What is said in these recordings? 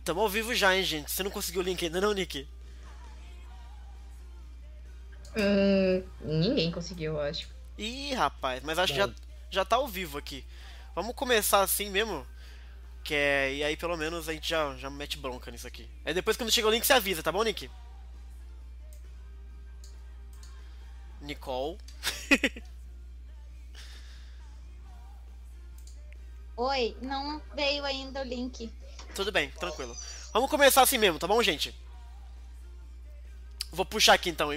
Tamo ao vivo já, hein, gente? Você não conseguiu o link ainda não, Nick? Ninguém conseguiu, eu acho. Ih, rapaz, mas acho que Bom, já tá ao vivo aqui. Vamos começar assim mesmo? E aí pelo menos a gente já mete bronca nisso aqui. Aí depois quando chega o link você avisa, tá bom, Nick? Nicole. Oi, não veio ainda o link. Tudo bem, tranquilo. Vamos começar assim mesmo, tá bom, gente? Vou puxar aqui então, hein?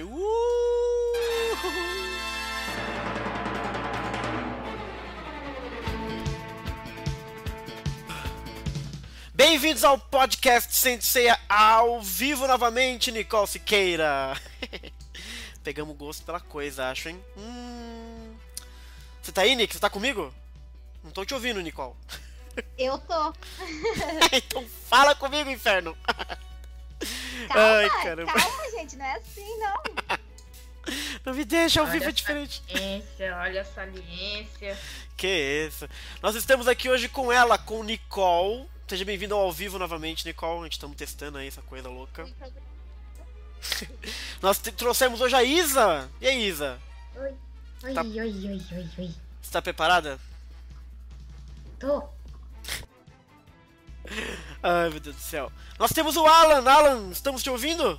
Bem-vindos ao podcast Senseia ao vivo novamente, Nicole Siqueira. Pegamos gosto pela coisa, acho, hein? Você tá aí, Nick? Você tá comigo? Não tô te ouvindo, Nicole. Eu tô. Então fala comigo, inferno. Ai, caramba. Calma, gente, não é assim, não. Não me deixa, ao Olha vivo é a diferente. Saliência, olha a saliência. Que isso. Nós estamos aqui hoje com ela, com Nicole. Seja bem-vindo ao vivo novamente, Nicole. A gente estamos testando aí essa coisa louca. Nós trouxemos hoje a Isa. E aí, Isa? Oi, Tá- oi. Você tá preparada? Tô. Ai, meu Deus do céu. Nós temos o Alan. Alan, estamos te ouvindo?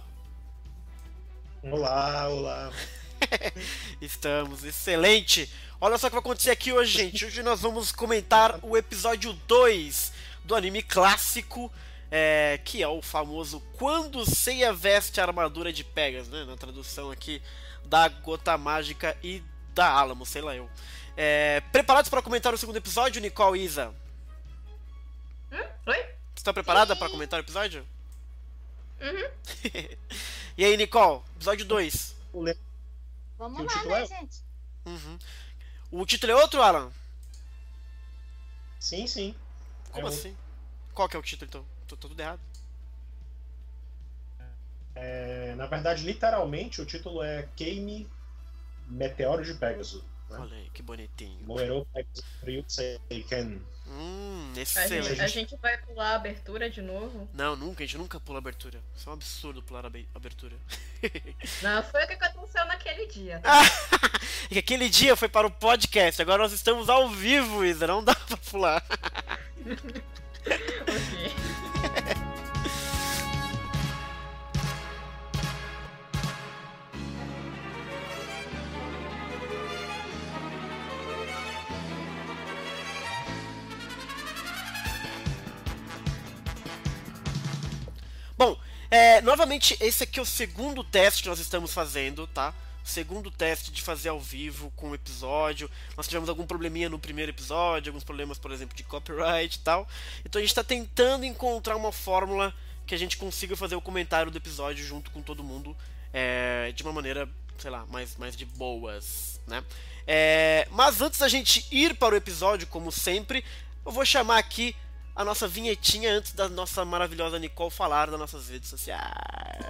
olá. Estamos, excelente. Olha só o que vai acontecer aqui hoje, gente. Hoje nós vamos comentar o episódio 2 do anime clássico, que é o famoso Quando Seiya Veste a Armadura de Pegasus, né? Na tradução aqui da Gota Mágica e da Alamo, sei lá eu. Preparados para comentar o segundo episódio, Nicole e Isa? Oi? Você está preparada para comentar o episódio? Uhum. E aí, Nicole? Episódio 2. Vamos O lá, título né, é- gente? Uhum. O título é outro, Alan? Sim. Como É um- assim? Qual que é o título, então? Tô tudo errado. Na verdade, literalmente, o título é Keimi Meteoro de Pegasus. Né? Olha aí, que bonitinho. Moerou Pegasus Ryutseiken. Excelente. A gente vai pular a abertura de novo? Não, nunca, a gente nunca pula abertura. Isso é um absurdo pular a abertura. Não, foi o que aconteceu naquele dia. E que aquele dia foi para o podcast, agora nós estamos ao vivo, Isa, não dá pra pular. Ok. Bom, novamente, esse aqui é o segundo teste que nós estamos fazendo, tá? Segundo teste de fazer ao vivo com o episódio. Nós tivemos algum probleminha no primeiro episódio, alguns problemas, por exemplo, de copyright e tal. Então a gente está tentando encontrar uma fórmula que a gente consiga fazer o comentário do episódio junto com todo mundo de uma maneira, sei lá, mais de boas, né? Mas antes da gente ir para o episódio, como sempre, eu vou chamar aqui a nossa vinhetinha antes da nossa maravilhosa Nicole falar das nossas redes sociais.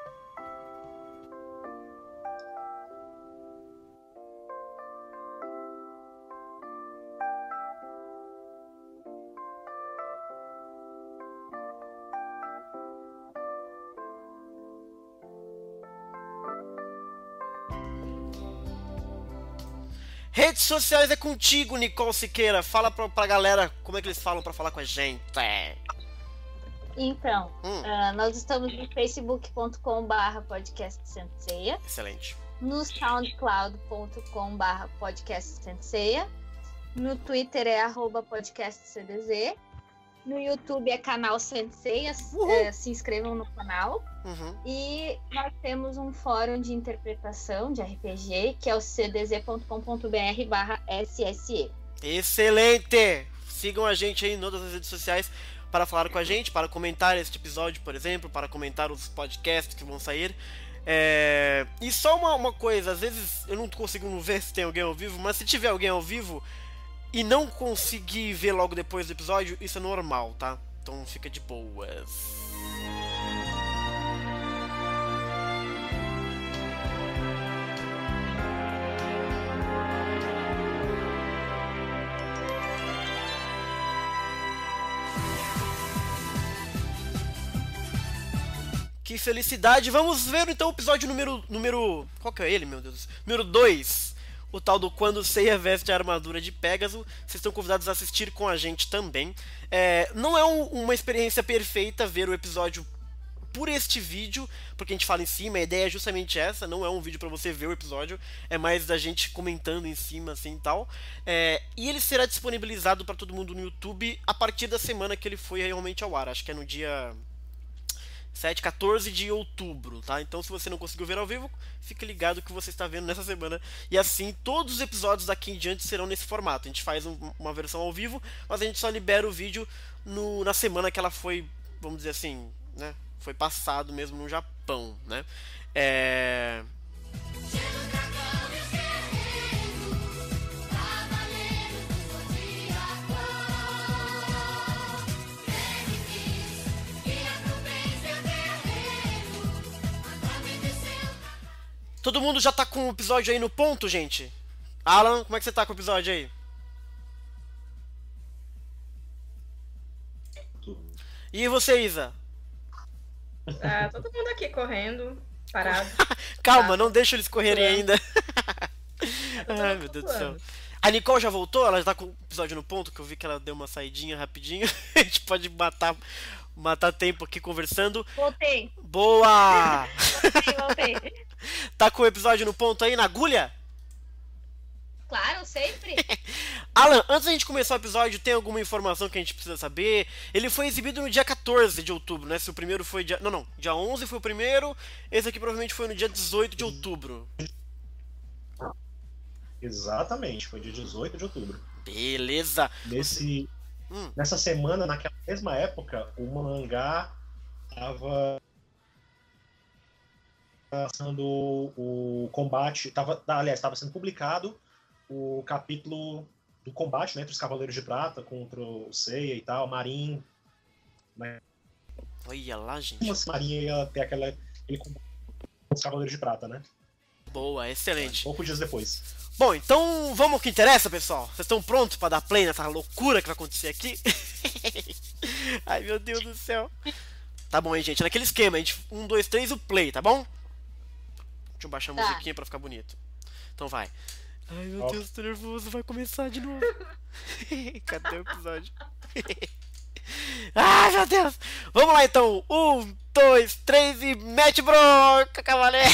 Redes sociais é contigo, Nicole Siqueira. Fala pra galera como é que eles falam pra falar com a gente. Então, nós estamos no facebook.com/podcastsenseia, Excelente. no soundcloud.com/podcastsenseia, no Twitter é @podcastcdz, no YouTube é canal Senseia, se inscrevam no canal. Uhum. E nós temos um fórum de interpretação de RPG, que é o cdz.com.br/sse. Excelente! Sigam a gente aí em todas as redes sociais para falar com a gente, para comentar este episódio, por exemplo, para comentar os podcasts que vão sair. E só uma coisa, às vezes eu não consigo ver se tem alguém ao vivo, mas se tiver alguém ao vivo e não conseguir ver logo depois do episódio, isso é normal, tá? Então fica de boas. Que felicidade. Vamos ver então o episódio número... Qual que é ele, meu Deus? Número 2. O tal do Quando Seiya Veste a Armadura de Pégaso. Vocês estão convidados a assistir com a gente também. Não é uma experiência perfeita ver o episódio por este vídeo, porque a gente fala em cima, a ideia é justamente essa, não é um vídeo pra você ver o episódio, é mais da gente comentando em cima, assim, e tal. E ele será disponibilizado pra todo mundo no YouTube a partir da semana que ele foi realmente ao ar, acho que é no dia 14 de outubro, tá? Então se você não conseguiu ver ao vivo, fique ligado que você está vendo nessa semana. E assim, todos os episódios daqui em diante serão nesse formato. A gente faz uma versão ao vivo, mas a gente só libera o vídeo na semana que ela foi, vamos dizer assim, né? Foi passado mesmo no Japão, né? Todo mundo já tá com o episódio aí no ponto, gente? Alan, como é que você tá com o episódio aí? E você, Isa? Tá todo mundo aqui correndo, parado. Calma, não deixa eles correrem ainda. Ai, Ai, meu Deus do céu. A Nicole já voltou? Ela já tá com o episódio no ponto, que eu vi que ela deu uma saidinha rapidinho. A gente pode matar tempo aqui conversando. Voltei. Boa! Voltei. Tá com o episódio no ponto aí, na agulha? Claro, sempre. Alan, antes da gente começar o episódio, tem alguma informação que a gente precisa saber? Ele foi exibido no dia 14 de outubro, né? Se o primeiro foi dia... Não, dia 11 foi o primeiro. Esse aqui provavelmente foi no dia 18 de outubro. Exatamente, foi dia 18 de outubro. Beleza. Nessa semana, naquela mesma época, o mangá tava lançando o combate, estava sendo publicado o capítulo do combate, né, entre os Cavaleiros de Prata contra o Seiya e tal, Marin. Né? Olha lá, gente. Como assim Marin ia ter aquele combate com os Cavaleiros de Prata, né? Boa, excelente. Poucos dias depois. Bom, então vamos ao que interessa, pessoal. Vocês estão prontos pra dar play nessa loucura que vai acontecer aqui? Ai, meu Deus do céu. Tá bom aí, gente. Naquele esquema, a gente 1, 2, 3, o play, tá bom? Deixa eu baixar a musiquinha pra ficar bonito. Então vai. Ai, meu Deus, tô nervoso. Vai começar de novo. Cadê o episódio? Ai, meu Deus. Vamos lá, então. 1, 2, 3 e mete bronca, cavaleiro.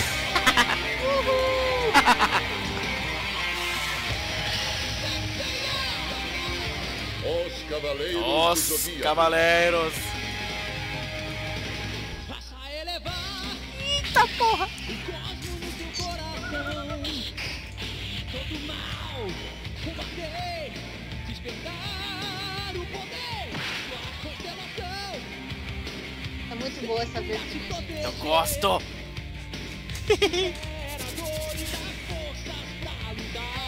Os Cavaleiros. Faça elevar. Eita porra. O cosmos no teu coração. Todo mal. Combater. Despertar o poder. Sua constelação. É muito boa essa versão. Eu gosto. Era dor e das forças pra lutar.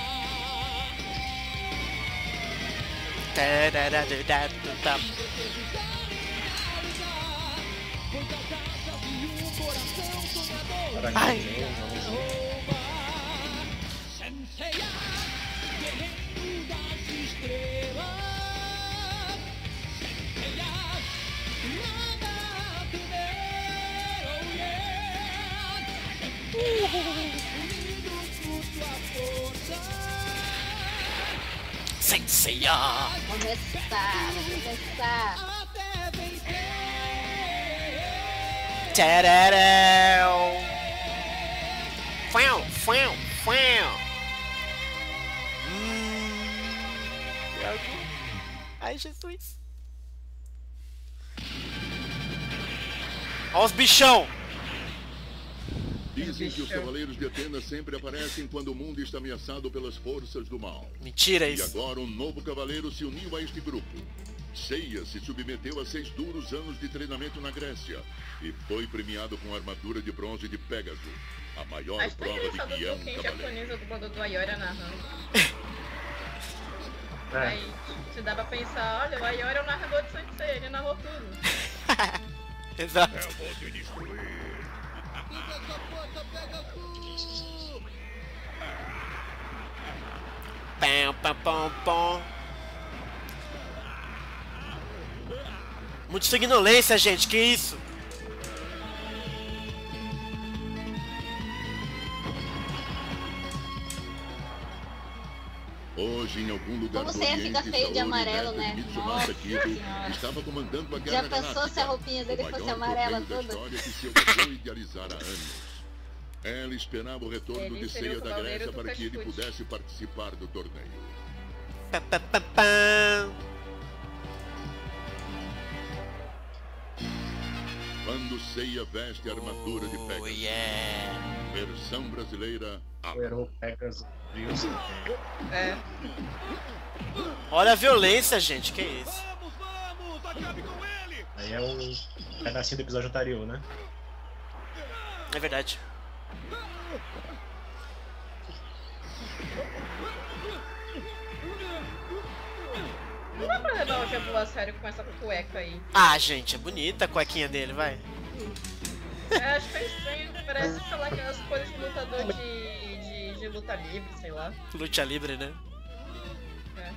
Ai. Senseiya, guerreiro das estrelas. Senseiya, nada temer, oh yeah. Unidos por tua força. Senseiya. Começar. Até vencer. Tcharam. Fão, fão, fão. Ai, Jesus. Ó os bichão. Dizem que os Cavaleiros de Atenas sempre aparecem quando o mundo está ameaçado pelas forças do mal. Mentira E isso. agora um novo cavaleiro se uniu a este grupo. Seiya se submeteu a 6 duros anos de treinamento na Grécia e foi premiado com a armadura de bronze de Pégaso, a maior Acho que prova de engraçado que é o um pouquinho cavaleiro. japonesa do bando do Ayora narrando. É. Aí se dá pra pensar, olha, o Ayora é o narrador de Sensei, ele narrou tudo. Exato. Eu vou te destruir. Fica essa força, Pegasus! Pam, pam, pam, pam. Muita ignorância, gente, que isso? Hoje, em algum lugar Como do Seiya Oriente, fica feio de Saori amarelo, Neto né? de Mitsumasa Nossa Kido Senhora. estava comandando a Já Guerra pensou Galáctica, se a roupinha dele o fosse maior amarela torneio da toda? história que seu avô idealizara há anos. Ela esperava o retorno Ele de seria Seiya o da cavaleiro Grécia do para que ele fast food. pudesse participar do torneio. Pá, pá, pá, pá. Quando Seiya veste a armadura de Oh, Pegasus, yeah. versão brasileira, a O Hero Pegasus Deus. É. Olha a violência, gente. Que isso? Vamos, acabe com ele! Aí é um pedacinho do episódio anterior, né? É verdade. Não dá pra levar o Jabu a sério com essa cueca aí. Ah, gente, é bonita a cuequinha dele, vai. É, acho que é estranho. Parece, sei lá, aquelas coisas de lutador de luta livre, sei lá. Luta livre, né? É.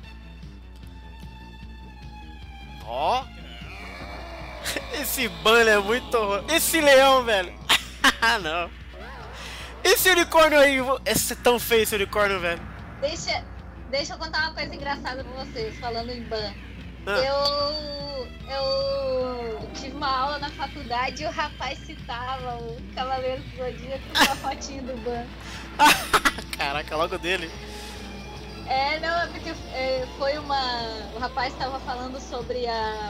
Ó. Esse banner é muito horror. Esse leão, velho. Ah, não. Esse unicórnio aí. Esse é tão feio esse unicórnio, velho. Deixa eu contar uma coisa engraçada pra vocês, falando em ban. Ah. Eu tive uma aula na faculdade e o rapaz citava o Cavaleiro do Zodíaco com a fotinho do ban. Caraca, logo dele. Não, é porque foi uma... O rapaz estava falando sobre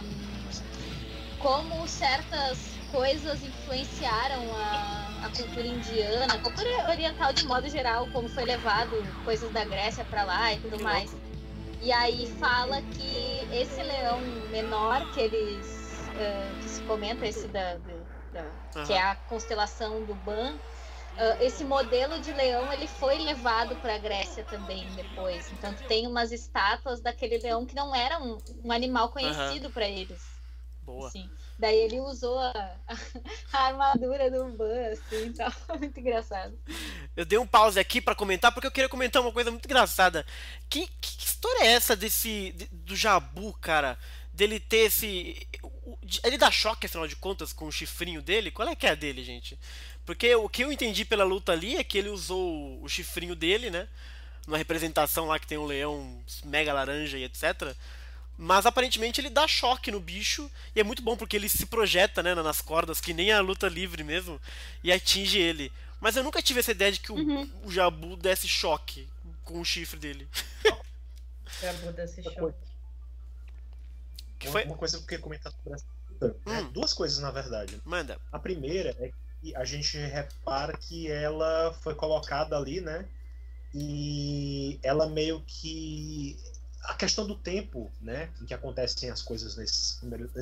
como certas coisas influenciaram a cultura indiana, a cultura oriental de modo geral, como foi levado coisas da Grécia pra lá e tudo Que mais. louco. E aí fala que esse leão menor que eles que se comenta, esse que é a constelação do Ban, esse modelo de leão ele foi levado para a Grécia também depois. Então tem umas estátuas daquele leão que não era um animal conhecido para eles. Boa. Assim. Daí ele usou a armadura do Ban, assim, então muito engraçado. Eu dei um pause aqui pra comentar porque eu queria comentar uma coisa muito engraçada. Que história é essa do Jabu, cara? Dele ter esse... Ele dá choque, afinal de contas, com o chifrinho dele? Qual é que é a dele, gente? Porque o que eu entendi pela luta ali é que ele usou o chifrinho dele, né? Numa representação lá que tem um leão mega laranja e etc. Mas aparentemente ele dá choque no bicho. E é muito bom porque ele se projeta, né, nas cordas, que nem a luta livre mesmo. E atinge ele. Mas eu nunca tive essa ideia de que o Jabu desse choque com o chifre dele. Jabu desse show. Que foi? Uma coisa que eu queria comentar sobre essa luta, né? Duas coisas, na verdade. Manda. A primeira é que a gente repara que ela foi colocada ali, né? E ela meio que... A questão do tempo, né? Em que acontecem as coisas nesse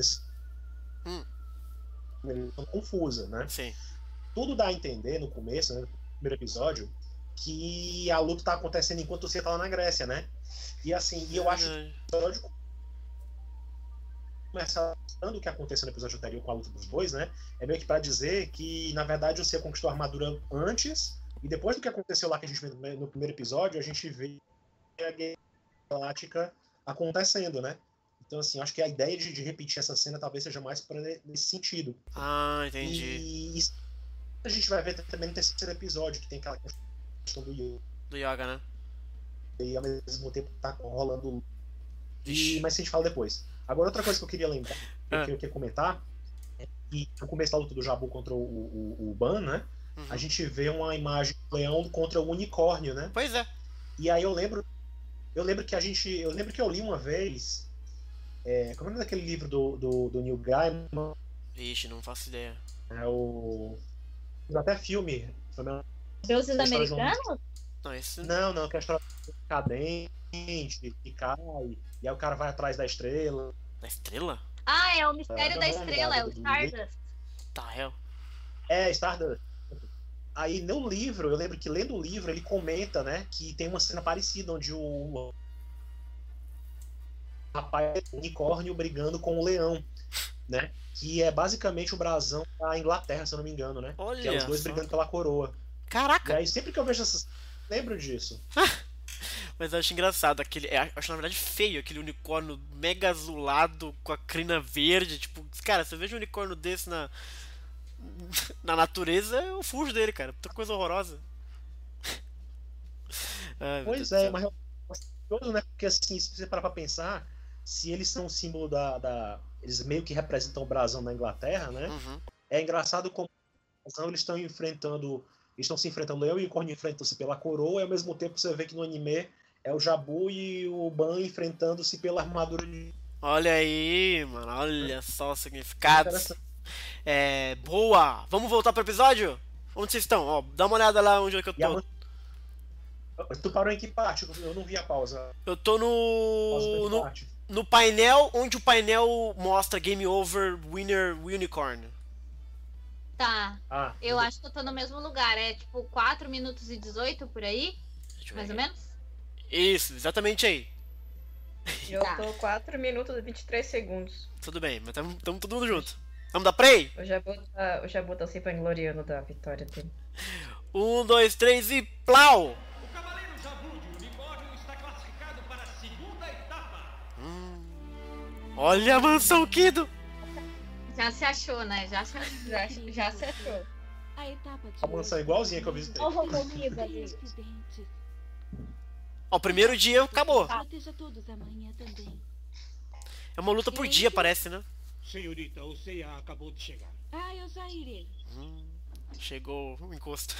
confusa, né? Sim. Tudo dá a entender no começo, né, no primeiro episódio, que a luta tá acontecendo enquanto você tá lá na Grécia, né? E assim, eu acho que o episódio começa o que aconteceu no episódio anterior com a luta dos dois, né? É meio que pra dizer que, na verdade, você conquistou a armadura antes, e depois do que aconteceu lá que a gente vê no primeiro episódio, a gente vê a Guerra Galáctica acontecendo, né? Então, assim, acho que a ideia de repetir essa cena talvez seja mais para nesse sentido. Ah, entendi. E isso a gente vai ver também no terceiro episódio, que tem aquela questão do Yoga. Do Yoga, né? E ao mesmo tempo tá rolando. Ixi. Mas a gente fala depois. Agora, outra coisa que eu queria lembrar, que eu queria comentar, é que no começo da luta do Jabu contra o Ban, né? A gente vê uma imagem do leão contra o unicórnio, né? Pois é. E aí eu lembro que eu li uma vez. Como é o nome daquele livro do Neil Gaiman? Vixe, não faço ideia. É o. Até filme. Deuses americanos? Não, esse... Não, que é a história cadente, que cai, e aí o cara vai atrás da estrela. Da estrela? Ah, é o Mistério da não, Estrela, é o do- Stardust. Tá, hell. Stardust. Aí no livro, eu lembro que lendo o livro, ele comenta, né, que tem uma cena parecida onde o rapaz, o unicórnio brigando com o leão, né? Que é basicamente o brasão da Inglaterra, se eu não me engano, né? Olha que é os dois só. brigando pela coroa. E Caraca! aí sempre que eu vejo essas, lembro disso. Mas eu acho engraçado aquele. Eu acho na verdade feio aquele unicórnio mega azulado com a crina verde. Tipo, cara, se eu vejo um unicórnio desse na natureza, eu fujo dele, cara. Puta coisa horrorosa. Ai, meu Deus Pois do é, céu. mas curioso, né? Porque assim, se você parar pra pensar, se eles são um símbolo eles meio que representam o brasão da Inglaterra, né? Uhum. É engraçado como eles estão se enfrentando, o leão e o unicórnio enfrentam-se pela coroa, e ao mesmo tempo você vê que no anime é o Jabu e o Ban enfrentando-se pela armadura de... Olha aí, mano, olha só os significados. Boa! Vamos voltar pro episódio? Onde vocês estão? Ó, dá uma olhada lá onde é que eu tô. Tu parou em que parte? Eu não vi a pausa. Eu tô no painel onde o painel mostra Game Over, Winner, Unicorn. Tá. Eu acho que eu tô no mesmo lugar. É tipo 4 minutos e 18 por aí? Mais ou menos? Isso, exatamente aí. Eu tô 4 minutos e 23 segundos. Tudo bem, mas tamo todo mundo junto. Vamos dar play? O Jabu tá se vangloriando da vitória dele. 1, 2, 3 e plau! O Cavaleiro Jabu de Unicórnio está classificado para a segunda etapa. Olha a mansão Kido! Já se achou, né? Já se achou. A mansão é igualzinha que eu visitei. Ó, o primeiro dia acabou. Proteja todos amanhã também. É uma luta por dia, parece, né? Senhorita, o Seiya acabou de chegar. Eu já irei. Chegou o encosto.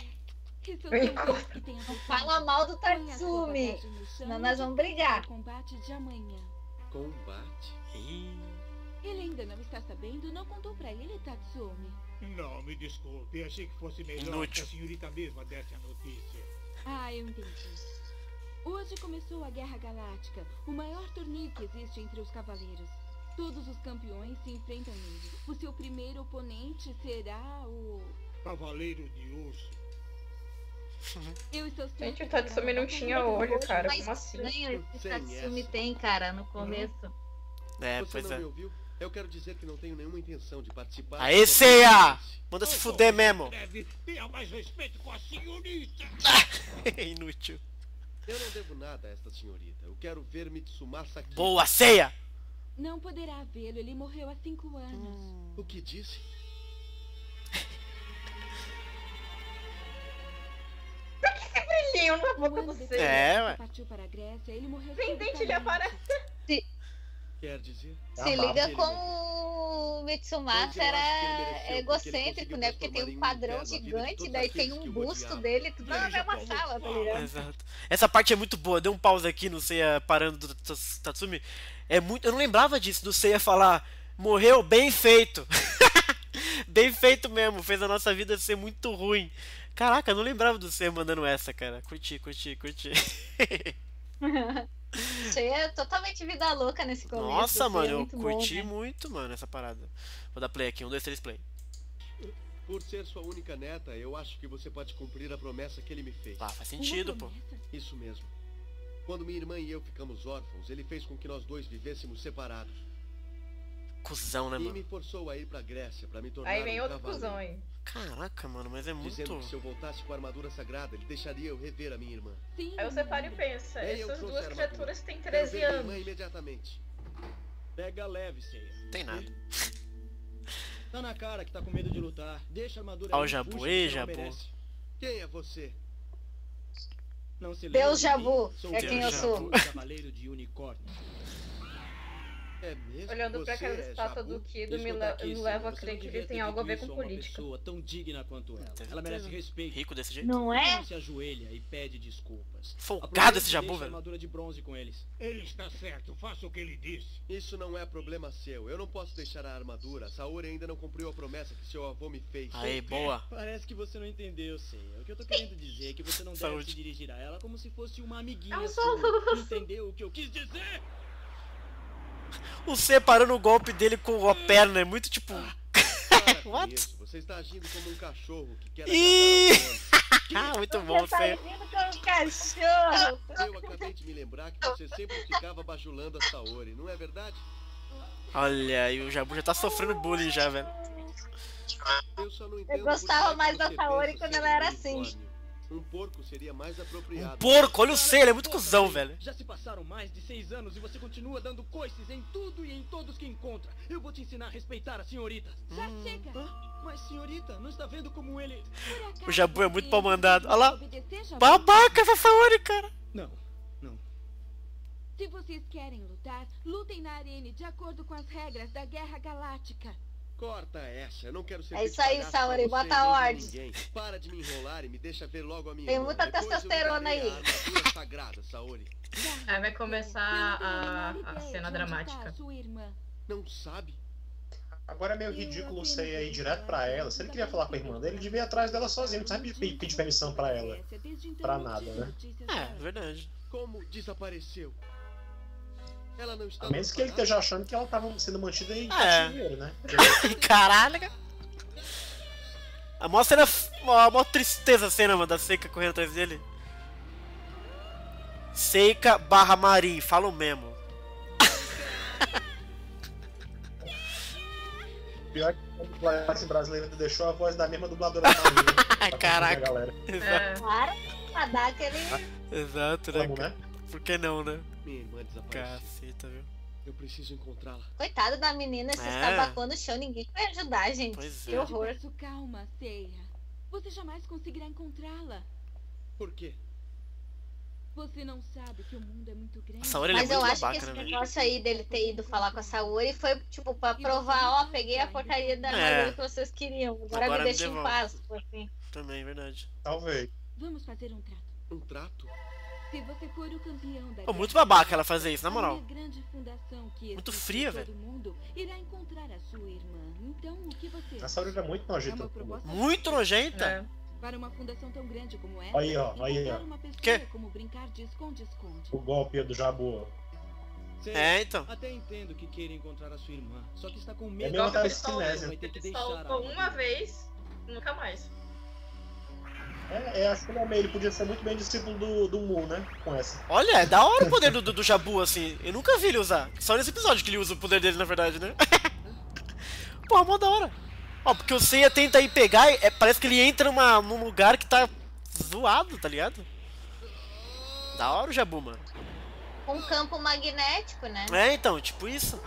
Fala mal do Tatsumi, senão nós vamos brigar. Combate de amanhã. Combate? Ele ainda não está sabendo, não contou pra ele, Tatsumi. Não, me desculpe. Achei que fosse melhor Inútil. que a senhorita mesma desse a notícia. Eu entendi. Hoje começou a Guerra Galáctica, o maior torneio que existe entre os cavaleiros. Todos os campeões se enfrentam nele. O seu primeiro oponente será o... Cavaleiro de Urso. Eu estou Gente, o Tatsumi não tinha olho, cara. Como assim? Estranho esse Tatsumi tem, cara, no começo. Você Pois não é. me ouviu? Eu quero dizer que não tenho nenhuma intenção de participar. Aê, Seiya! Manda se fuder mesmo. Tenha mais respeito com a senhorita. Inútil. Eu não devo nada a esta senhorita. Eu quero ver Mitsuma Saki. Boa, Seiya! Não poderá vê-lo, ele morreu há 5 anos. O que disse? Brilhinho na boca do Seiya. Ué. Partiu para a Grécia, ele morreu Sem dente ele aparece. Quer dizer? Se liga como o Mitsumasa era egocêntrico, né? Porque tem um padrão gigante, daí tem um busto dele, tudo na mesma sala, tá ligado? Exato. Essa parte é muito boa. Deu um pause aqui no Seiya parando do Tatsumi. Eu não lembrava disso, do Seiya falar, morreu bem feito. Bem feito mesmo, fez a nossa vida ser muito ruim. Caraca, eu não lembrava do Seiya mandando essa, cara. Curti. Seiya é totalmente vida louca nesse começo. Nossa, assim, mano, é eu muito curti bom, né? muito, mano, essa parada. Vou dar play aqui, 1, 2, 3, play. Por ser sua única neta, eu acho que você pode cumprir a promessa que ele me fez. Ah, faz sentido, pô. Isso mesmo. Quando minha irmã e eu ficamos órfãos, ele fez com que nós dois vivêssemos separados. Cusão, né, E me mano? forçou a ir pra Grécia pra me tornar Aí vem um outro cavaleiro. cuzão aí. Caraca, mano, mas é Dizendo muito... que se eu voltasse com a armadura sagrada, ele deixaria eu rever a minha irmã. Sim, Aí você para e pensa, Nem eu essas trouxe duas a armadura. criaturas têm Quero 13 ver minha irmã anos. imediatamente. Pega leve, Seiya. Tem nada. Tá na cara que tá com medo de lutar. Deixa a armadura. Ó o aí, Jabu, puxa, ei, você não Jabu. merece. Quem é você? Não se lembra Deus de mim? Jabu, Sou é quem eu Deus sou. Jabu, Cavaleiro de Unicórnio. É mesmo? Olhando pra Você aquela é estátua Jabu? do Kido, me Escuta aqui, me Seiya, leva a você crer não que devia ele tem ter algo a dito ver isso com a uma política. pessoa tão digna quanto ela. Certeza. Ela merece respeito. Rico desse jeito? Não é? Não se ajoelha e pede desculpas. Folgado esse Aproveite e Jabu, deixe a velho. armadura de bronze com eles. Ele está certo, faça o que ele disse. Isso não é problema seu. Eu não posso deixar a armadura. Saori ainda não cumpriu a promessa que seu avô me fez. Aí, boa. Parece que você não entendeu, Seiya. O que eu tô querendo dizer é que você não deve Saúde. se dirigir a ela como se fosse uma amiguinha Eu sua. sou- Entendeu o que eu quis dizer? O C parando o golpe dele com a perna é muito tipo... Para com What? isso. Você está agindo como um cachorro que quer Ih! agradar ao dono. Ah, muito bom, Você tá Seiya. vindo com um cachorro. Eu acabei de me lembrar que você sempre ficava bajulando a Saori, não é verdade? Olha, aí o Jabu já tá sofrendo bullying já, velho. Eu só não entendo gostava por que mais da você Saori pensa quando ser ela era um assim. unicórnio. Um porco seria mais apropriado. Porco, olha o C, ele é muito cuzão, velho. Já se passaram mais de 6 anos e você continua dando coices em tudo e em todos que encontra. Eu vou te ensinar a respeitar a senhorita. Já chega. Mas senhorita, não está vendo como ele... Por acaso O Jabu é muito você pau mandado. Olha lá. obedecer, Jabu? Babaca essa Saori, cara. Não, não. Se vocês querem lutar, lutem na arena de acordo com as regras da Guerra Galáctica. Corta essa, eu não quero ser É isso aí, palhaço pra Saori, você bota nem a pra ordem. ninguém. Para de me enrolar e me deixa ver logo a minha Tem irmã. muita Depois eu testosterona lhe darei aí. a armadura sagrada, Saori. Aí vai começar Eu não tenho a menor a ideia de cena onde dramática. tá a sua irmã. Não sabe? Agora é meio ridículo você ir direto pra ela. Se ele queria falar com a irmã dele, ele devia ir atrás dela sozinho. Não sabe pedir permissão pra ela. Pra nada, né? É, verdade. Como desapareceu? Ela não está A menos que ele esteja achando que ela tava sendo mantida em É. cativeiro, né? Caralho, cara. A maior cena. A maior tristeza a cena, mano, da Seika correndo atrás dele. Seika / Marin, falo mesmo. Pior que a dublagem brasileira deixou a voz da mesma dubladora da Marinha. Ai, caraca. Galera. É. Claro, pra dar aquele. Exato, né? Vamos, né? Por que não, né? Minha irmã desapareceu. Caceta, viu? Eu preciso encontrá-la. Coitado da menina, se É. estabacou no chão, ninguém vai ajudar, gente. Pois Que é. horror. Peço calma, Seiya. Você jamais conseguirá encontrá-la. Por quê? Você não sabe que o mundo é muito grande. Essa hora ele é Mas eu muito acho babaca, que esse né, velho? negócio aí dele ter ido falar com a Saori foi, tipo, pra provar, ó, peguei a porcaria da armadura que vocês queriam. Agora Agora me me deixa em devolve. paz, tipo assim. Também, verdade. Talvez. Vamos fazer um trato. Um trato? Se você for o campeão da Pô, muito guerra, babaca ela fazer isso, na moral. a minha grande fundação que Muito existe fria, em todo velho. mundo irá encontrar a sua irmã. Então, o que você A Saori era muito É nojenta. uma proposta Muito nojenta. É. para uma fundação tão grande como essa. Aí, ó, aí, encontrar ó. uma pessoa Quê? como brincar de esconde-esconde. O golpe do Jabu. Sei, É, então. Até entendo que queira encontrar a sua irmã, só que está com É medo. mesmo Golpe aquela pistola. esquinese. Vai ter que Ele deixar soltou a- uma vez, nunca mais. Acho que ele podia ser muito bem discípulo do Mu, né? Com essa. Olha, é da hora o poder do Jabu, assim. Eu nunca vi ele usar. Só nesse episódio que ele usa o poder dele, na verdade, né? Pô, mó da hora. Ó, porque o Seiya tenta ir pegar e parece que ele entra num lugar que tá zoado, tá ligado? Da hora o Jabu, mano. Um campo magnético, né? É, então, tipo isso.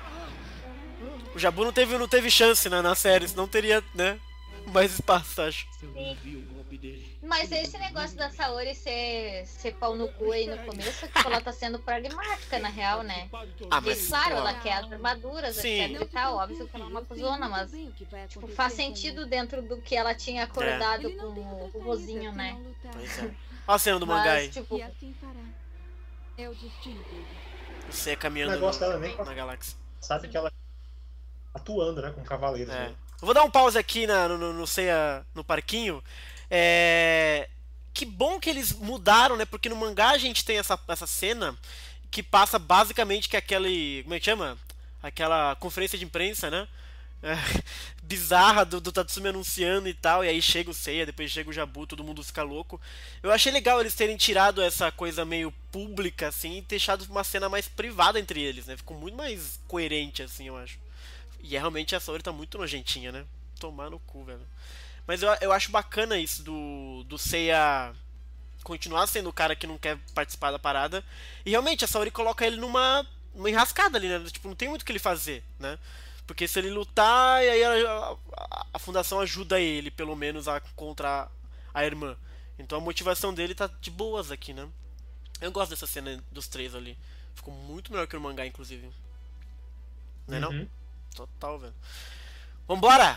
O Jabu não teve chance na série, senão teria, né? Mais espaço, acho. Eu não vi o golpe dele. Mas esse negócio da Saori ser pau no cu aí no começo, tipo, ela tá sendo pragmática, na real, né? Ah, E mas, claro, pô, ela quer as armaduras, Sim. etc e tal, óbvio que ela é uma cuzona, mas tipo, faz sentido dentro do que ela tinha acordado Ele não tem outra com o saída vozinho, se né? não lutar. Pois é. Ó a cena do mangá aí. Mas, tipo, E assim fará. É o destino dele. O Seiya O caminhando negócio dela nem na galáxia. sabe que ela atuando, né? Com cavaleiros. É. Né? Eu vou dar um pause aqui no Seiya, no parquinho. Que bom que eles mudaram, né? Porque no mangá a gente tem essa cena que passa basicamente que aquele... Como é que chama? Aquela conferência de imprensa, né? Bizarra do Tatsumi anunciando e tal. E aí chega o Seiya, depois chega o Jabu, todo mundo fica louco. Eu achei legal eles terem tirado essa coisa meio pública, assim, e deixado uma cena mais privada entre eles, né? Ficou muito mais coerente, assim, eu acho. E realmente a Saori tá muito nojentinha, né? Tomar no cu, velho. Mas eu acho bacana isso do Seiya continuar sendo o cara que não quer participar da parada. E realmente a Saori coloca ele numa enrascada ali, né? Tipo, não tem muito o que ele fazer, né? Porque se ele lutar, e aí a fundação ajuda ele, pelo menos, a encontrar a irmã. Então a motivação dele tá de boas aqui, né? Eu gosto dessa cena dos três ali. Ficou muito melhor que no mangá, inclusive. Não é não? Total, velho. Vambora!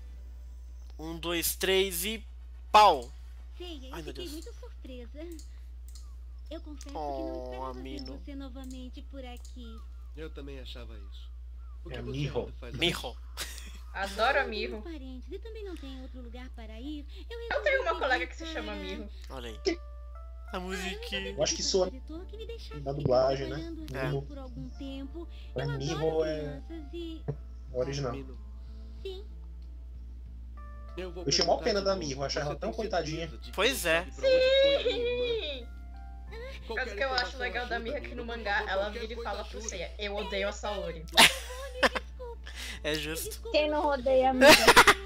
1, 2, 3 e... pau! Sei, eu Ai, meu fiquei Deus. muito surpresa. Eu confesso que Oh, não esperava ver Amino. você novamente por aqui. Eu também achava isso. O que É você Miho. ainda faz aqui? Miho. Adoro a Tenho Miho. parentes e também não tem outro lugar para ir. Eu tenho uma colega que se chama Miho. Olha aí. A musiquinha. Eu acho que isso na dublagem, né? É. Por algum tempo. Pra Eu mim, adoro é crianças e... o original. Mino, Sim, vou Eu tinha mó perguntar pena de da novo. Miho, achava ela Você tão tem coitadinha. certeza de que Pois não é. sabe pra onde foi a minha irmã? Coisa Qualquer que eu acho informação legal da ajuda, Miho é que no Mino. mangá Por favor, ela qualquer vira e coisa fala pro ajuda. Seiya: eu odeio a Saori. É justo. quem não rodeia a menina?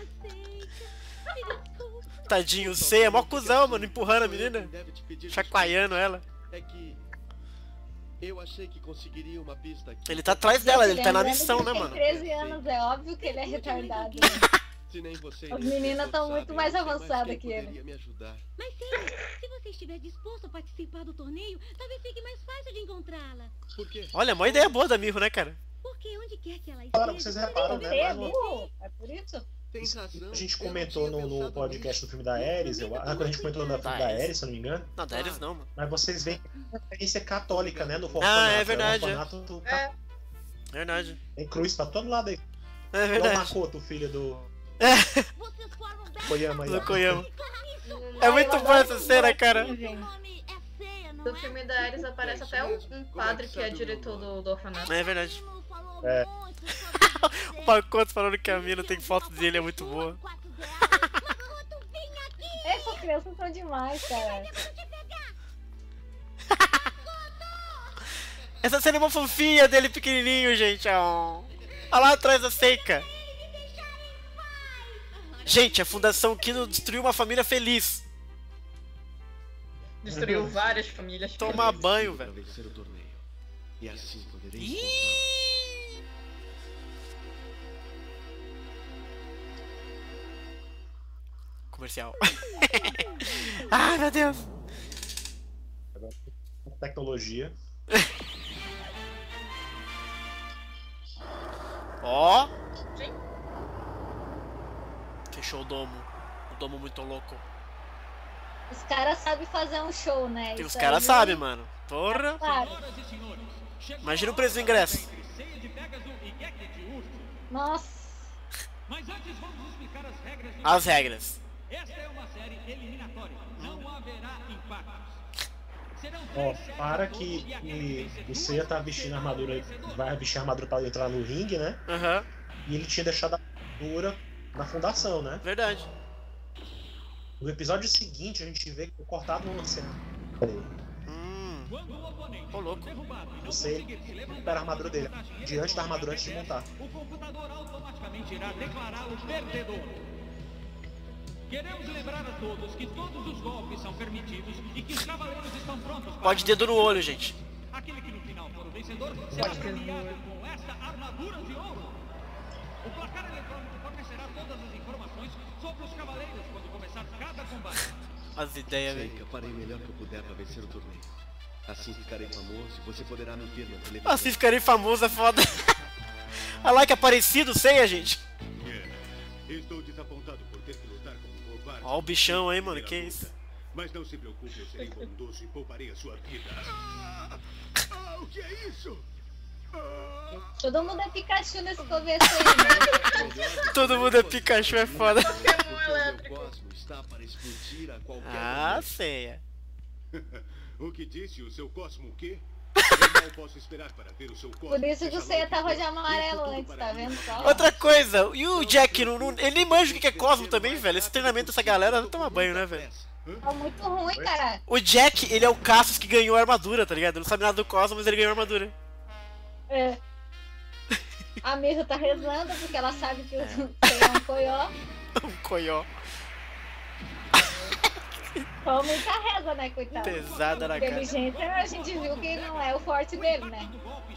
Tadinho, o Seiya, mó cuzão, mano, empurrando a Sou eu menina. quem deve te pedir Chacoalhando ela. desculpas. É que eu achei que conseguiria uma pista aqui. Ele tá atrás dela, ele tá na Lembrando missão, que né, ele mano? tem 13 anos, é óbvio que ele é retardado. Se nem você As nem o meninas diretor tão muito sabem, mais eu não sei avançadas quem que ele. poderia me ajudar. Mas sim, se você estiver disposto a participar do torneio, talvez fique mais fácil de encontrá-la. Por quê? Olha, uma ideia boa da Miho, né, cara? Porque onde quer que ela Claro, esteja... vocês reparam, né? Mais uma- É por isso? Tem razão. A gente eu não comentou tinha no pensado podcast do nisso. filme da Ares, quando a gente comentou no filme da Ares, se eu não me engano, Não, da Ares não, mano. mas vocês veem que a referência católica, né, no orfanato. Ah, é verdade, É um é. orfanato É. Verdade. Tem cruz pra todo lado aí. É Igual o verdade. Makoto, filho do Vocês formam bem. Koyama aí. Do ó. Koyama. Ai, É muito eu boa adoro essa cena, cara. O gente. nome é feia, não No é? filme da Ares aparece até um padre que é diretor do orfanato. É verdade. Primo falou É. muito sobre você. O Makoto falando que a mina tem foto dele é muito boa. Quarto dela. Makoto, vem aqui. Essas crianças são demais, cara. Essa cena é uma fofinha dele pequenininho, gente. Ó. Olha lá atrás da Seika. Gente, a Fundação Kino destruiu uma família feliz. Destruiu várias famílias. Tomar banho, Pra velho. vencer o torneio. E assim poderei Ih! encontrá-la. Comercial. Ai, meu Deus. Tecnologia. Ó. Sim. Fechou o domo. O domo muito louco. Os caras sabem fazer um show, né? E os Isso caras aí- sabem, mano. Porra. Claro. Imagina o preço do ingresso. Nossa. Mas antes vamos explicar as regras do As regras. Esta é uma série eliminatória. Não haverá impactos. Serão Ó, três séries para no todo que e a cada o Seiya tá vestindo a armadura, vai vestir a armadura pra entrar no ringue, né? Aham. E ele tinha deixado a armadura na fundação, né? Verdade. No episódio seguinte a gente vê que foi cortado uma cena. Quando o oponente Ô, louco. for derrubado e não Você conseguir se levantar recupera a armadura dele, da vantagem diante da armadura antes de montar. o computador automaticamente irá declará-lo perdedor. Queremos lembrar a todos que todos os golpes são permitidos e que os cavaleiros estão prontos para... Pode dedo no olho, gente. Aquele que no final for o vencedor será premiado com esta armadura de ouro. O placar eletrônico fornecerá todas as informações sobre os cavaleiros quando começar cada combate. As ideias, Sei velho. que farei o melhor que eu puder pra vencer o torneio. Assim ficarei famoso e você poderá me ver na televisão. Assim ficarei famoso, é foda. Olha lá que é parecido, Seiya, gente. Estou desapontado por ter que lutar como um covarde. Ó o bichão aí, mano. Que isso? Mas não se preocupe, eu serei bondoso e pouparei a sua vida. O que é isso? Todo mundo é Pikachu nesse começo aí, né? Todo mundo é Pikachu, é foda. Porque o meu cosmo está para explodir a qualquer Ah, momento. Seiya. O que disse? O seu cosmo o quê? Eu mal posso esperar para ver o seu cosmo. Por isso que Seja o Seiya lá o que tava for. de amarelo Isso tudo antes, para tá mim. vendo só? Outra coisa, e o Jack, ele nem manja o que é Cosmo também, velho. Esse treinamento dessa galera não toma banho, né, velho? Tá muito ruim, cara. O Jack, ele é o Cassius que ganhou a armadura, tá ligado? Ele não sabe nada do Cosmo, mas ele ganhou a armadura. É. A Miho tá rezando porque ela sabe que o Seiya é um coió. Um coió. Foi muita reza, né, coitado? Pesada na cara. Inteligência, a gente viu que não é o forte dele, né?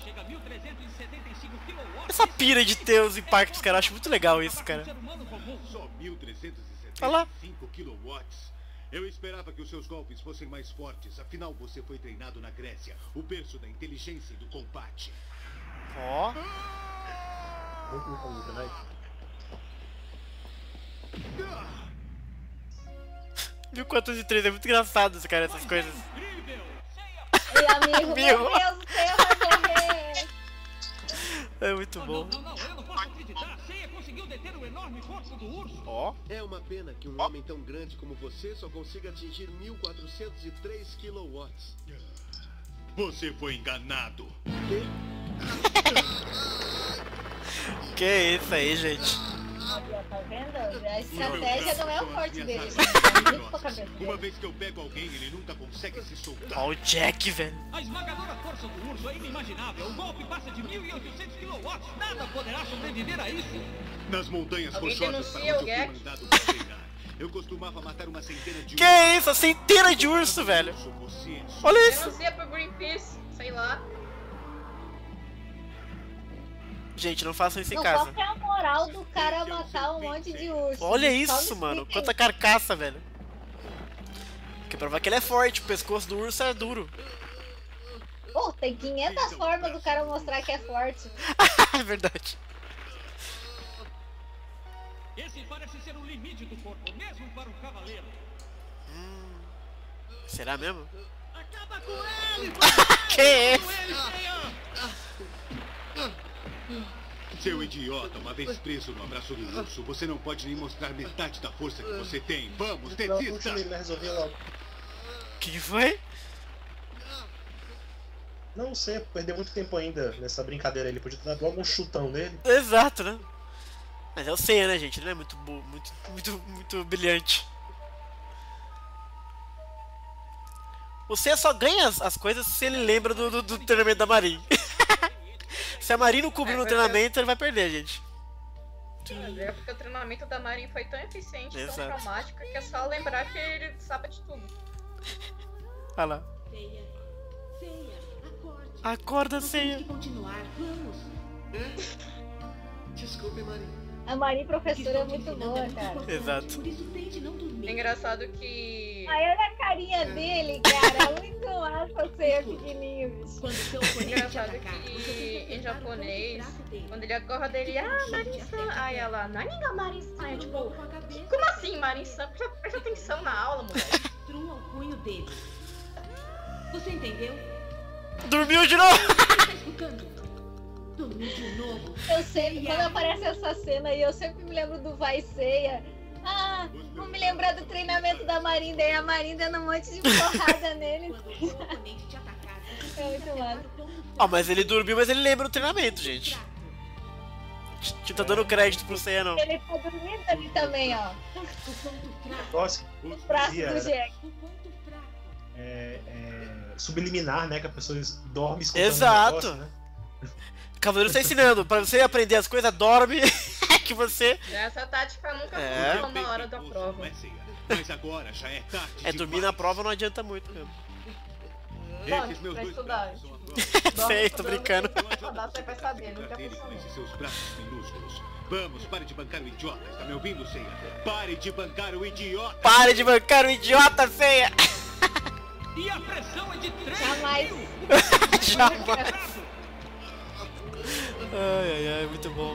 Essa pira de ter os impactos, cara, eu acho muito legal isso, cara. Só 1.375 Olha lá. kilowatts. Eu esperava que os seus golpes fossem mais fortes. Afinal, você foi treinado na Grécia, o berço da inteligência e do combate. Ó. Muito bonito, né? 1403 é muito engraçado, cara, essas coisas. E a Miho, meu Miho. Deus, o Seiya vai morrer. É muito bom. Não, eu não posso acreditar. Seiya conseguiu deter o enorme corpo do urso. Ó. É uma pena que um homem tão grande como você só consiga atingir 1403 kilowatts. Você foi enganado. Que isso aí, gente. Tá vendo? A estratégia não é o forte dele, gente. É muito pouca cabeça Uma dele. vez que eu pego alguém, ele nunca consegue se soltar. Ó o Jack, velho. A esmagadora força do urso é inimaginável. O golpe passa de 1.800 kilowatts. Nada poderá sobreviver a isso. Nas montanhas Alguém rochosas para denuncia onde o eu fui Gek? mandado para treinar, eu costumava matar uma centena de Que isso? A centena de urso, velho. Você Olha isso. Denuncia pro Greenpeace, sei lá. Gente, não façam isso em Não, casa. qual que é a moral do cara matar um monte de urso? Olha Só me isso, mano. explica Quanta carcaça, velho. Porque provar que ele é forte, o pescoço do urso é duro. aí. Pô, tem 500 formas do cara mostrar que é forte. É verdade. Esse parece ser o limite do corpo, mesmo para um cavaleiro. Será mesmo? Acaba com ele! Que é esse? Com ele, Seiya! Seu idiota, uma vez preso no abraço do urso, você não pode nem mostrar metade da força que você tem. Vamos, desista! Ele resolveu logo. Que foi? Não sei, perdeu muito tempo ainda nessa brincadeira. Ele podia ter dado logo um chutão nele. Exato, né? Mas é o Seiya, né, gente? Ele não é muito brilhante. O Seiya só ganha as coisas se ele lembra do treinamento da Marin. Se a Marin não cobrir no treinamento, ele vai perder, gente. É porque o treinamento da Marin foi tão eficiente, Exato. tão traumático, que é só lembrar que ele sabe de tudo. Olha lá. Seiya, acorde. Acorda, Nós temos Seiya. que continuar, vamos. Desculpe, Maria. A Maria professora é muito boa, cara. Exato. Por isso tente não dormir. É engraçado que... Ai, olha a carinha dele, cara. Muito massa o Seiya pequenininho, bicho. Quando seu É oponente engraçado atacar, você que precisa em acertar o ponto japonês, fraco dele. quando ele acorda, ele... Marin-san. Aí ela... Naniga Marin-san. É tipo... Com a cabeça, Como assim, Marin-san? Presta atenção na aula, moleque. destrua o punho dele. Você entendeu? Dormiu de novo! Você tá escutando? Dormiu de novo. Eu sempre, quando aparece essa cena aí, eu sempre me lembro do Vai Seiya. Ah, vou me lembrar do treinamento da Marinda. E a Marinda dando um monte de porrada nele. Quando o seu oponente te atacar, você É muito precisa massa. acertar o ponto Ó, mas ele dormiu, mas ele lembra o treinamento, gente. fraco. Não tá dando crédito pro Seiya, não. Ele tá dormindo ali também, ó. O ponto fraco. Nossa, Os braços do era Jack. O ponto fraco. subliminar, né? Que a pessoa dorme escutando Exato. o negócio, né? Cavaleiro está ensinando. Pra você aprender as coisas, dorme. Que você... Essa tática nunca É. funciona na hora da prova. Mas agora já é tarde. É, dormir na prova não adianta muito mesmo. Esses meus pra dois estudar. braços são a prova. Sei, tô brincando. Você vai saber, nunca Dele com funcionou. esses seus braços minúsculos. Vamos, pare de bancar o idiota. Está me ouvindo, Seiya? Pare de bancar o idiota. Pare de bancar o idiota, Seiya! E a pressão é de 3 Jamais. Jamais. Ai, muito bom.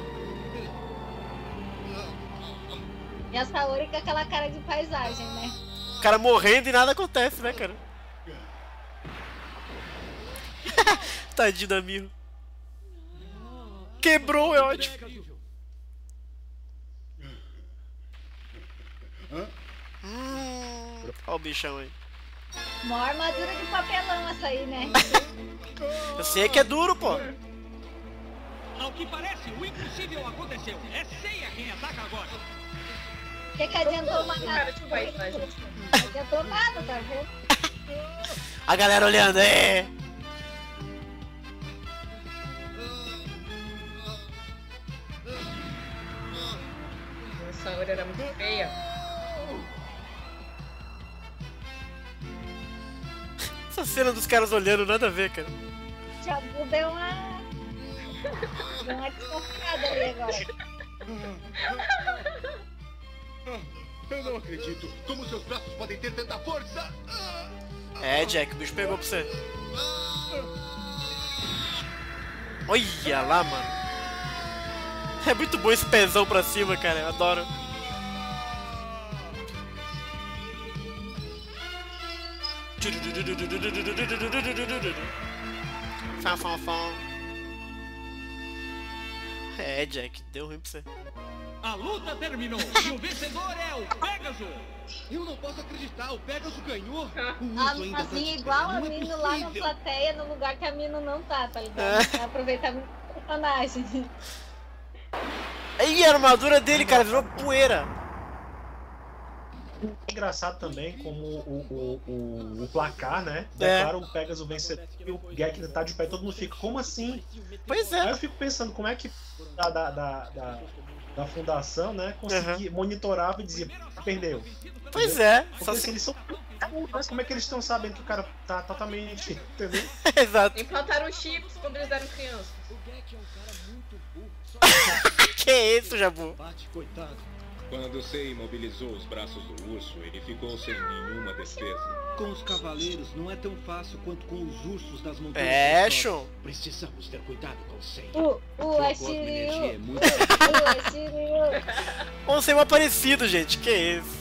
E a Saori com aquela cara de paisagem, né? O cara morrendo e nada acontece, né, cara? Tadinho da Miho. Quebrou, é ótimo. Olha o bichão aí. Mó armadura de papelão essa aí, né? Eu sei que é duro, pô. Ao que parece, o impossível aconteceu. É Seiya quem ataca agora. O que adiantou uma Cara de paisagem. Não adiantou nada, tá vendo? A galera olhando, é. Essa hora era muito feia. Essa cena dos caras olhando, nada a ver, cara. Jabu deu uma desconfiada ali agora. Eu não acredito. Como seus braços podem ter tanta força? É, Jack, o bicho pegou pra você. Olha lá, mano. É muito bom esse pezão pra cima, cara. Eu adoro. É, Jack, deu ruim pra você. A luta terminou e o vencedor é o Pegasus. Eu não posso acreditar, o Pegasus ganhou. O A urso ainda tá Mazinha de igual pé, a não é Mino lá na possível. plateia, no lugar que a Mino não tá ligado? Pra aproveitar muito o personagem. Aí a armadura dele, cara, virou poeira. É engraçado também como o placar, né? Declara o Pegasus vencedor e o Gek ainda tá de pé, todo mundo fica, como assim? Pois Aí é. eu fico pensando, como é que da fundação, né, conseguir monitorar e dizer, perdeu. Pois é. Porque Só assim, se... eles são... Mas como é que eles estão sabendo que o cara tá totalmente... Entendeu? Exato. Implantaram chips quando eles eram crianças. O Gek é um cara muito burro. Que isso, Jabu? Bate, coitado. Quando Sei imobilizou os braços do urso, ele ficou sem nenhuma defesa. Com os cavaleiros não é tão fácil quanto com os ursos das montanhas. É, show. Precisamos ter cuidado com Sei. É Shiryu. muito... Shiryu. Vamos ser um aparecido, gente. Que isso?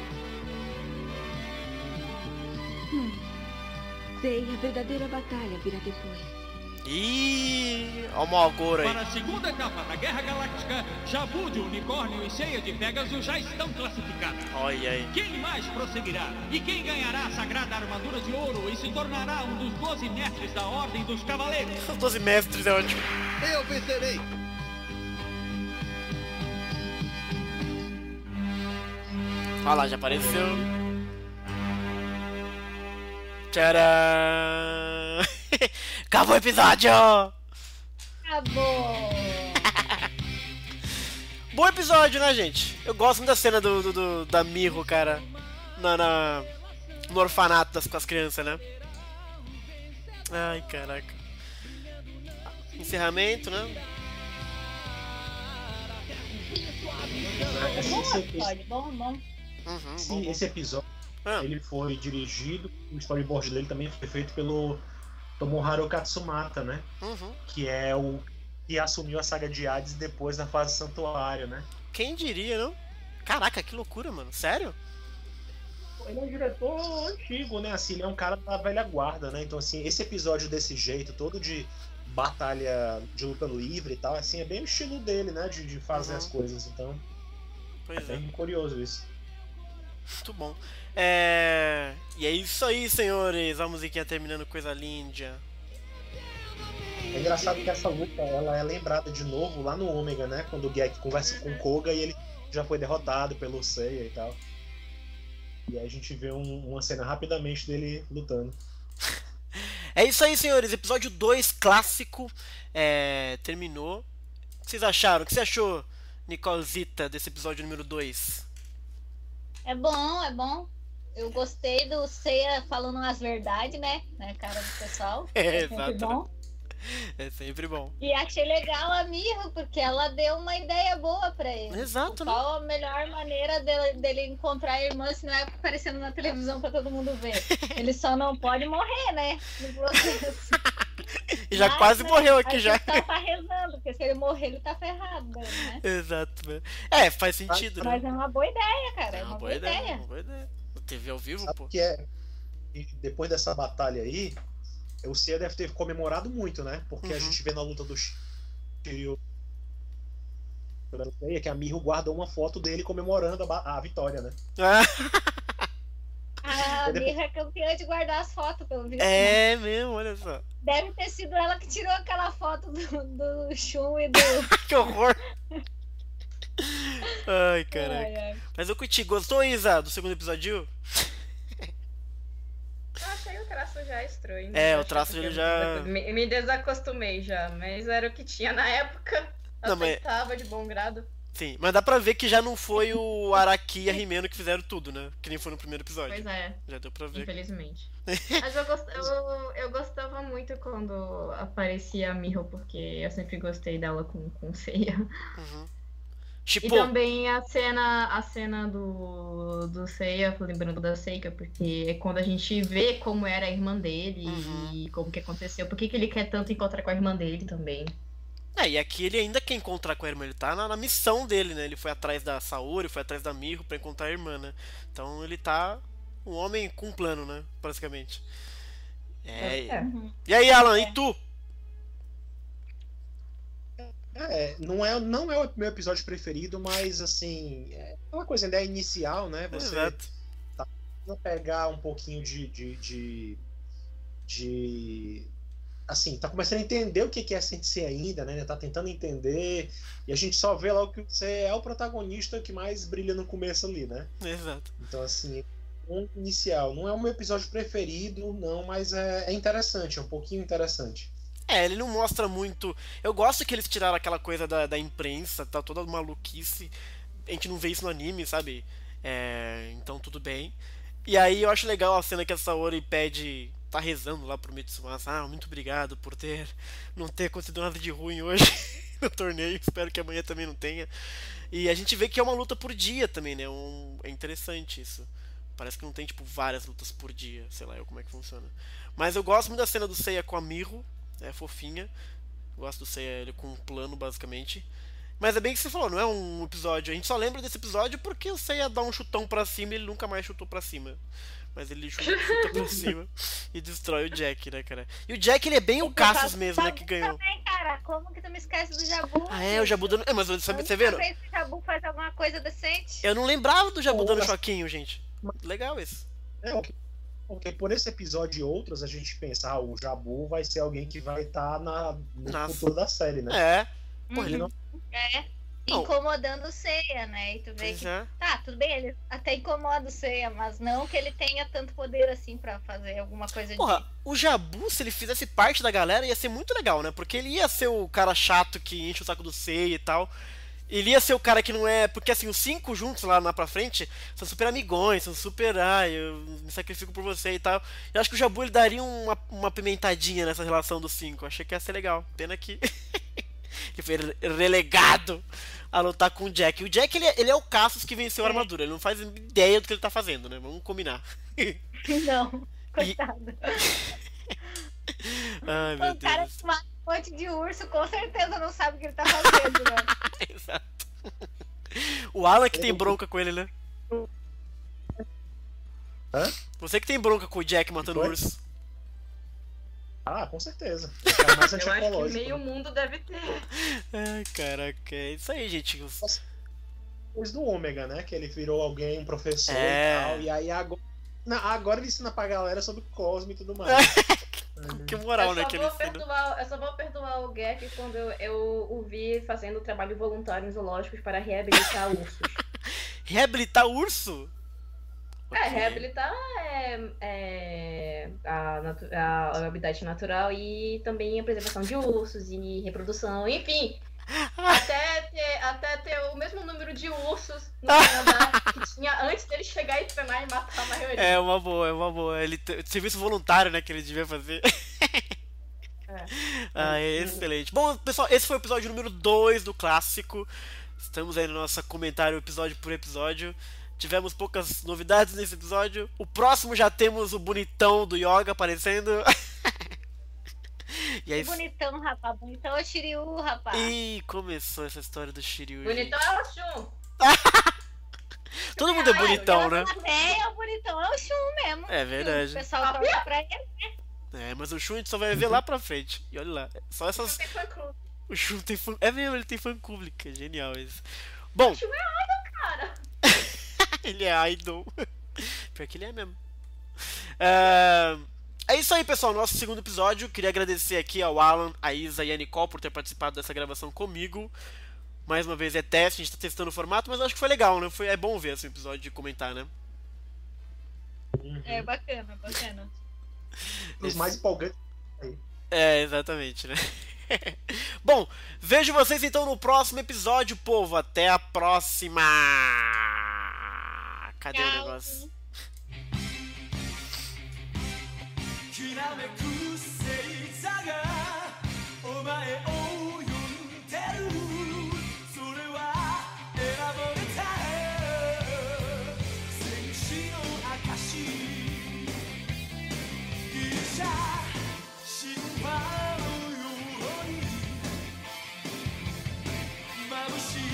Sei, a verdadeira batalha virá depois. Ih, olha o Malgoro aí. Para a segunda etapa da Guerra Galáctica, Jabu de Unicórnio e Ceia de Pégaso já estão classificadas. Olha aí. Quem mais prosseguirá? E quem ganhará a sagrada armadura de ouro e se tornará um dos 12 mestres da Ordem dos Cavaleiros? Os 12 mestres é ótimo. Eu vencerei! Olha lá, já apareceu. Tcharam! Acabou o episódio! Acabou. Bom episódio, né, gente? Eu gosto muito da cena da Miho, cara. No orfanato com as crianças, né? Ai, caraca. Encerramento, né? Bom. Esse episódio ele foi dirigido, o storyboard dele também foi feito pelo Tomoharu Katsumata, né? Que é o que assumiu a saga de Hades depois da fase Santuário, né? Quem diria, não? Caraca, que loucura, mano. Sério? Ele é um diretor antigo, né? Assim, ele é um cara da velha guarda, né? Então, assim, esse episódio desse jeito, todo de batalha de luta livre e tal, assim, é bem o estilo dele, né? De fazer as coisas, então... Pois é bem curioso isso. Muito bom. E é isso aí, senhores. A musiquinha terminando, coisa linda. É engraçado que essa luta, ela é lembrada de novo lá no Ômega, né? Quando o Gek conversa com o Koga e ele já foi derrotado pelo Seiya e tal. E aí a gente vê uma cena rapidamente dele lutando. É isso aí, senhores. Episódio 2 clássico terminou. O que vocês acharam? O que você achou, Nicolzita, desse episódio número 2? É bom. Eu gostei do Seiya falando as verdades, né? Na cara do pessoal. É sempre exato. bom. É sempre bom. E achei legal a Miho, porque ela deu uma ideia boa pra ele. Exato, né? Qual a melhor maneira dele encontrar a irmã se não é aparecendo na televisão pra todo mundo ver? Ele só não pode morrer, né? No processo. E já quase morreu aqui já. Tá rezando, porque se ele morrer, ele tá ferrado, né? Exato, né? Faz sentido, né? Mas é uma boa ideia, cara. É uma boa ideia. Uma boa ideia. TV ao vivo, sabe pô. Que e depois dessa batalha aí, o Seiya deve ter comemorado muito, né? Porque a gente vê na luta do Shiryu que a Miho guardou uma foto dele comemorando a vitória, né? A Miho é campeã de guardar as fotos, pelo visto. É mesmo, olha só. Deve ter sido ela que tirou aquela foto do Shun e do... Que horror! Ai, caraca. Mas eu curti. Gostou, Isa, do segundo episódio? Eu achei o traço já estranho. O traço dele já... Me desacostumei já, mas era o que tinha na época. Aceitava de bom grado. Sim, mas dá pra ver que já não foi o Araki e a Himeno que fizeram tudo, né? Que nem foi no primeiro episódio. Pois é. Já deu pra ver. Infelizmente. Mas eu gostava muito quando aparecia a Miho, porque eu sempre gostei dela com Seiya. Tipo... E também a cena do Seiya, lembrando da Seika, porque é quando a gente vê como era a irmã dele e como que aconteceu. Por que ele quer tanto encontrar com a irmã dele também. E aqui ele ainda quer encontrar com a irmã, ele tá na missão dele, né? Ele foi atrás da Saori, foi atrás da Miho pra encontrar a irmã, né? Então ele tá um homem com um plano, né? Basicamente. E aí, Alan, e tu? Não é o meu episódio preferido, mas assim, é uma coisa ainda inicial, né? Você tá pegar um pouquinho de assim, tá começando a entender o que é Sensei ainda, né? Tá tentando entender, e a gente só vê lá o que você é o protagonista que mais brilha no começo ali, né? Exato. Então, assim, inicial, não é o meu episódio preferido, não, mas é interessante, é um pouquinho interessante. Ele não mostra muito. Eu gosto que eles tiraram aquela coisa da imprensa, tá toda maluquice. A gente não vê isso no anime, sabe? Então tudo bem. E aí eu acho legal a cena que a Saori pede. Tá rezando lá pro Mitsumasa. Muito obrigado por não ter acontecido nada de ruim hoje. no torneio. Espero que amanhã também não tenha. E a gente vê que é uma luta por dia também, né? É interessante isso. Parece que não tem, tipo, várias lutas por dia. Sei lá como é que funciona. Mas eu gosto muito da cena do Seiya com a Miho. É fofinha. Gosto do Seiya ele com um plano, basicamente. Mas é bem o que você falou, não é um episódio. A gente só lembra desse episódio porque o Seiya dá um chutão pra cima e ele nunca mais chutou pra cima. Mas ele chuta pra cima e destrói o Jack, né, cara? E o Jack, ele é bem o Cassius mesmo, né, que ganhou. Também, cara, como que tu me esquece do Jabu? Ah, é, o Jabu dando... mas você vendo? Vez que o Jabu faz alguma coisa decente. Eu não lembrava do Jabu dando choquinho, gente. Legal isso. Ok, por esse episódio e outros, a gente pensa, o Jabu vai ser alguém que vai estar no futuro da série, né? É. Pô, ele não... Incomodando o Seiya, né? E tu vê que... Tá, tudo bem, ele até incomoda o Seiya, mas não que ele tenha tanto poder assim pra fazer alguma coisa o Jabu, se ele fizesse parte da galera, ia ser muito legal, né? Porque ele ia ser o cara chato que enche o saco do Seiya e tal. Ele ia ser o cara que não é... Porque assim, os 5 juntos lá pra frente são super amigões, são super... eu me sacrifico por você e tal. Eu acho que o Jabu, ele daria uma pimentadinha nessa relação dos 5. Achei que ia ser legal. Pena que... que foi relegado a lutar com o Jack. O Jack, ele é o Cassius que venceu a armadura. Ele não faz ideia do que ele tá fazendo, né? Vamos combinar. Não, coitado. Ai, meu Deus. O cara que mata um monte de urso com certeza não sabe o que ele tá fazendo, né? Exato. O Alan que tem bronca com ele, né? Hã? Você que tem bronca com o Jack matando o urso. Ah, com certeza. É mais eu acho que meio mundo deve ter. Ai, caraca, é isso aí, gente. Depois do Ômega, né? Que ele virou alguém, um professor e tal. E aí agora ele ensina pra galera sobre o Cosmo e tudo mais. Que moral, né? Que ele eu só vou perdoar o Gek quando eu o vi fazendo trabalho voluntário em zoológicos para reabilitar ursos. Reabilitar urso? Reabilitar o habitat natural e também a preservação de ursos e reprodução, enfim. Até ter o mesmo número de ursos no Canadá que tinha antes dele chegar e treinar e matar a maioria. É uma boa. Serviço voluntário, né, que ele devia fazer. Excelente. Bom, pessoal, esse foi o episódio número 2 do clássico. Estamos aí no nosso comentário episódio por episódio. Tivemos poucas novidades nesse episódio. O próximo já temos o bonitão do Yoga aparecendo. E aí... Bonitão, rapaz. Bonitão é o Shiryu, rapaz. Ih, começou essa história do Shiryu. Bonitão é o Shun. Todo mundo é bonitão, né? O bonitão é o Shun mesmo. É verdade. O pessoal torce pra ele, né? Mas o Shun a gente só vai ver lá pra frente. E olha lá. Só essas... O Shun tem fã... É mesmo, ele tem fã-clube. É genial isso. Bom... O Shun é idol, cara. Ele é idol. Pior que ele é mesmo. É isso aí, pessoal. Nosso segundo episódio. Queria agradecer aqui ao Alan, a Isa e a Nicole por ter participado dessa gravação comigo. Mais uma vez é teste, a gente tá testando o formato, mas eu acho que foi legal, né? É bom ver esse episódio de comentar, né? É bacana. Os mais empolgantes. Exatamente, né? Bom, vejo vocês então no próximo episódio, povo. Até a próxima! Cadê o negócio? She